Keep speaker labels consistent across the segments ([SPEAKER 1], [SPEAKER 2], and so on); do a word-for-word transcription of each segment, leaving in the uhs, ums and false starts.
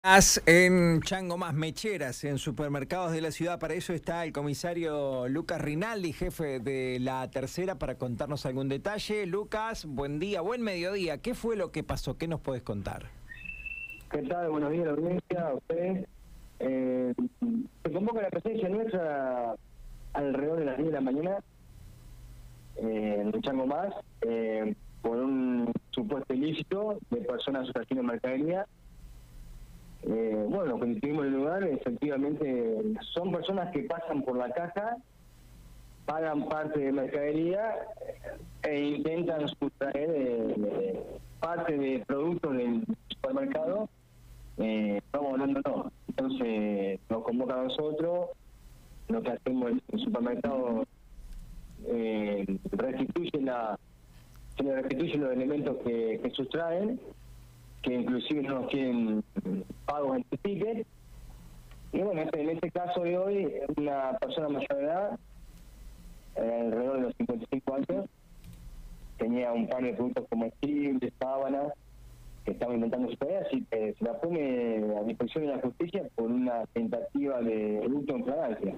[SPEAKER 1] As En Chango Más Mecheras, en supermercados de la ciudad. Para eso está el comisario Lucas Rinaldi, jefe de la Tercera, para contarnos algún detalle. Lucas, buen día, buen mediodía. ¿Qué fue lo que pasó? ¿Qué nos puedes contar?
[SPEAKER 2] ¿Qué tal? Buenos días, la audiencia, a ustedes. Eh, se convoca la presencia nuestra alrededor de las diez de la mañana eh, en el Chango Más eh, por un supuesto ilícito de personas sustrayendo mercadería. Eh, bueno, cuando estuvimos en el lugar, efectivamente son personas que pasan por la caja, pagan parte de mercadería e intentan sustraer eh, parte de productos del supermercado. Eh, estamos hablando no. Entonces nos convoca a nosotros, lo que hacemos en el supermercado eh, restituye la se le restituyen los elementos que, que sustraen, que inclusive no nos tienen pagos en su ticket. Y bueno, en este caso de hoy, una persona mayor de edad, eh, alrededor de los cincuenta y cinco años, tenía un par de productos comestibles, sábanas, que estaba intentando sustraer, así que se la pone a disposición de la justicia por una tentativa de hurto en flagrancia.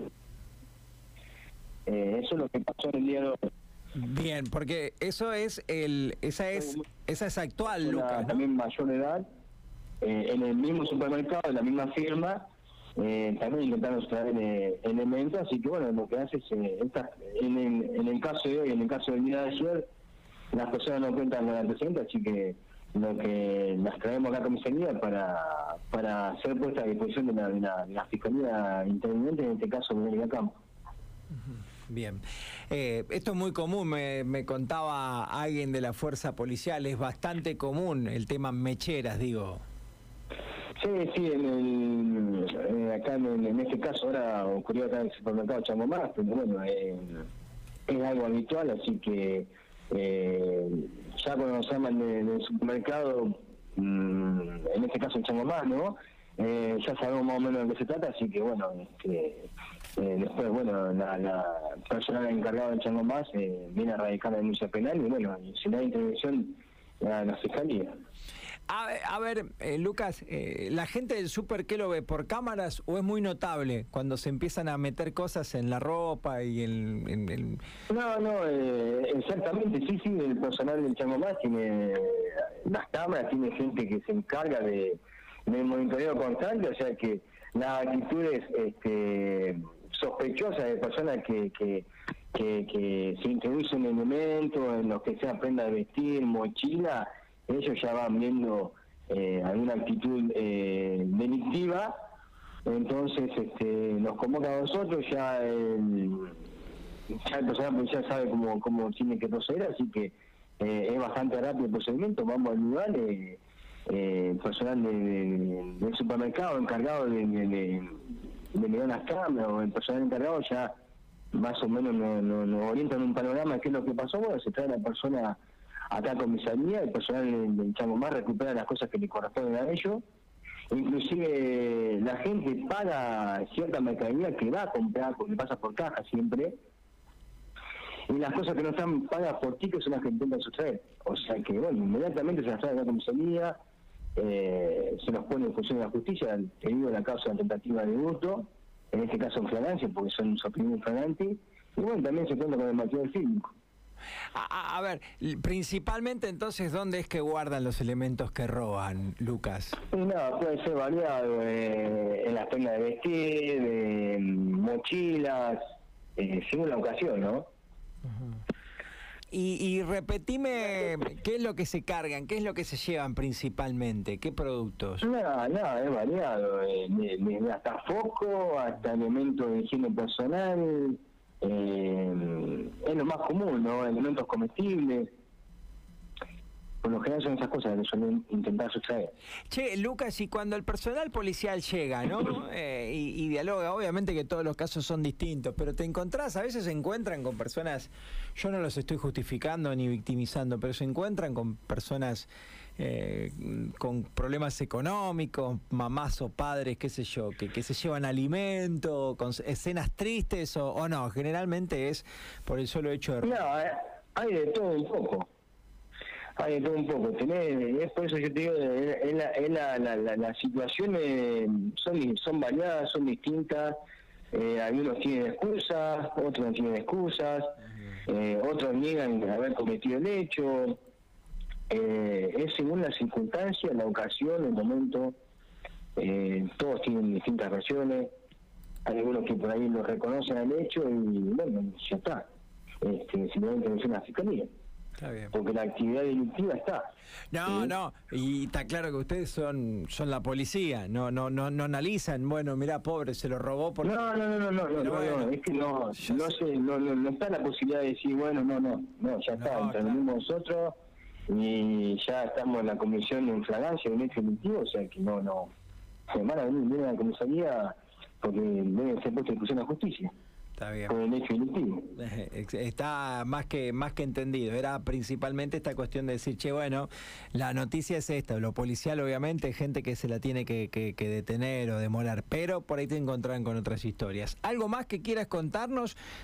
[SPEAKER 2] Eh, eso es lo que pasó en el día de hoy.
[SPEAKER 1] Bien, porque eso es el, esa es, esa es actual,
[SPEAKER 2] Una
[SPEAKER 1] Lucas, ¿no?
[SPEAKER 2] también mayor de edad, eh, en el mismo supermercado, de la misma firma, eh, también intentaron sustraer eh, elementos, así que bueno, lo que hace es, eh, esta, en, el, en el caso de hoy, en el caso del día de ayer, las personas no cuentan con antecedentes, así que lo que las traemos a la comisaría para para ser puesta a disposición de la, de la, de la Fiscalía Interviniente, en este caso de Verónica Campo.
[SPEAKER 1] Bien, eh, esto es muy común, me, me contaba alguien de la fuerza policial, es bastante común el tema mecheras, digo.
[SPEAKER 2] Sí, sí, en el, eh, acá en, en este caso ahora ocurrió acá en el supermercado Chango Más, pero bueno, eh, es algo habitual, así que eh, ya cuando nos llaman de- del supermercado, mmm, en este caso en Chango Más, ¿no? Eh, ya sabemos más o menos de qué se trata, así que bueno, este, eh, después, bueno, la, la persona encargada del Chango Más eh, viene a radicar la denuncia penal y bueno, si no hay intervención, la, la fiscalía.
[SPEAKER 1] A, a ver, eh, Lucas, eh, ¿la gente del súper qué lo ve? ¿Por cámaras o es muy notable cuando se empiezan a meter cosas en la ropa y en... en, en...
[SPEAKER 2] No, no, eh, exactamente, sí, sí, el personal del Chango Más tiene las cámaras, tiene gente que se encarga de, de monitoreo constante, o sea que las actitudes este, sospechosas de personas que, que, que, que se introducen elementos en los que sea prenda de vestir, mochila, ellos ya van viendo eh, alguna actitud eh, delictiva, entonces este, nos convoca a nosotros, ya el, ya el personal policial sabe cómo, cómo tiene que proceder, así que eh, es bastante rápido el procedimiento, vamos al lugar, eh, eh, personal de, de, del supermercado encargado de, de, de, de mirar las cámaras, o el personal encargado ya más o menos nos no, no orientan un panorama de qué es lo que pasó. Bueno, se trae la persona acá a comisaría, el personal del, del Chango Más recupera las cosas que le corresponden a ellos, inclusive la gente paga cierta mercadería que va a comprar, porque pasa por caja siempre, y las cosas que no están pagas por tickets son las que intentan sustraer. O sea que, bueno, inmediatamente se las trae a la comisaría, eh, se los pone en función de la justicia, tenido la causa de tentativa de hurto, en este caso en flagrancia, porque son sorprendidos flagrantes, y bueno, también se cuenta con el material fílmico.
[SPEAKER 1] A, a- a ver, l- principalmente entonces, ¿dónde es que guardan los elementos que roban, Lucas?
[SPEAKER 2] Y no, puede ser variado, eh, en las prendas de vestir, de mochilas, eh, según la ocasión, ¿no?
[SPEAKER 1] Y, y repetime, ¿qué es lo que se cargan? ¿Qué es lo que se llevan principalmente? ¿Qué productos?
[SPEAKER 2] Nada, nada, es variado, eh, de- desde hasta foco, hasta elementos de higiene personal, eh, es lo más común, ¿no? Elementos comestibles. Por lo general son esas cosas que suelen intentar sustraer.
[SPEAKER 1] Che, Lucas, y cuando el personal policial llega, ¿no? Eh, y, y dialoga, obviamente que todos los casos son distintos, pero te encontrás, a veces se encuentran con personas, yo no los estoy justificando ni victimizando, pero se encuentran con personas eh, con problemas económicos, mamás o padres, qué sé yo, que, que se llevan alimento, con escenas tristes o, o no, generalmente es por el solo hecho de...
[SPEAKER 2] No, eh, hay de todo un poco. Hay de todo un poco, tenés, es por eso yo te digo, es la, es la, la, la, las situaciones son, son variadas, son distintas, eh, algunos tienen excusas, otros no tienen excusas, eh, otros niegan haber cometido el hecho, eh, es según las circunstancias, la ocasión, el momento, eh, todos tienen distintas versiones, hay algunos que por ahí lo reconocen al hecho y bueno, ya está, este, simplemente no es una fiscalía.
[SPEAKER 1] Está bien.
[SPEAKER 2] Porque la actividad delictiva está.
[SPEAKER 1] No,
[SPEAKER 2] ¿sí?
[SPEAKER 1] no, y está claro que ustedes son son la policía, no no no no analizan, bueno, mirá, pobre, se lo robó por...
[SPEAKER 2] No, no, no, no, no, no, no,
[SPEAKER 1] bueno,
[SPEAKER 2] no, es que no, no,
[SPEAKER 1] sé.
[SPEAKER 2] sé, no, no, no está la posibilidad de decir, bueno, no, no, no, ya está,
[SPEAKER 1] No,
[SPEAKER 2] intervenimos
[SPEAKER 1] claro.
[SPEAKER 2] nosotros y ya estamos en la comisión en flagrancia de un hecho delictivo, o sea que no, no, se van a venir, vienen a la comisaría porque deben ser puestos en discusión a justicia.
[SPEAKER 1] Está bien.
[SPEAKER 2] Por el hecho delictivo.
[SPEAKER 1] Está más que más que entendido. Era principalmente esta cuestión de decir, che, bueno, la noticia es esta, lo policial obviamente, gente que se la tiene que, que, que detener o demorar, pero por ahí te encontrarán con otras historias. ¿Algo más que quieras contarnos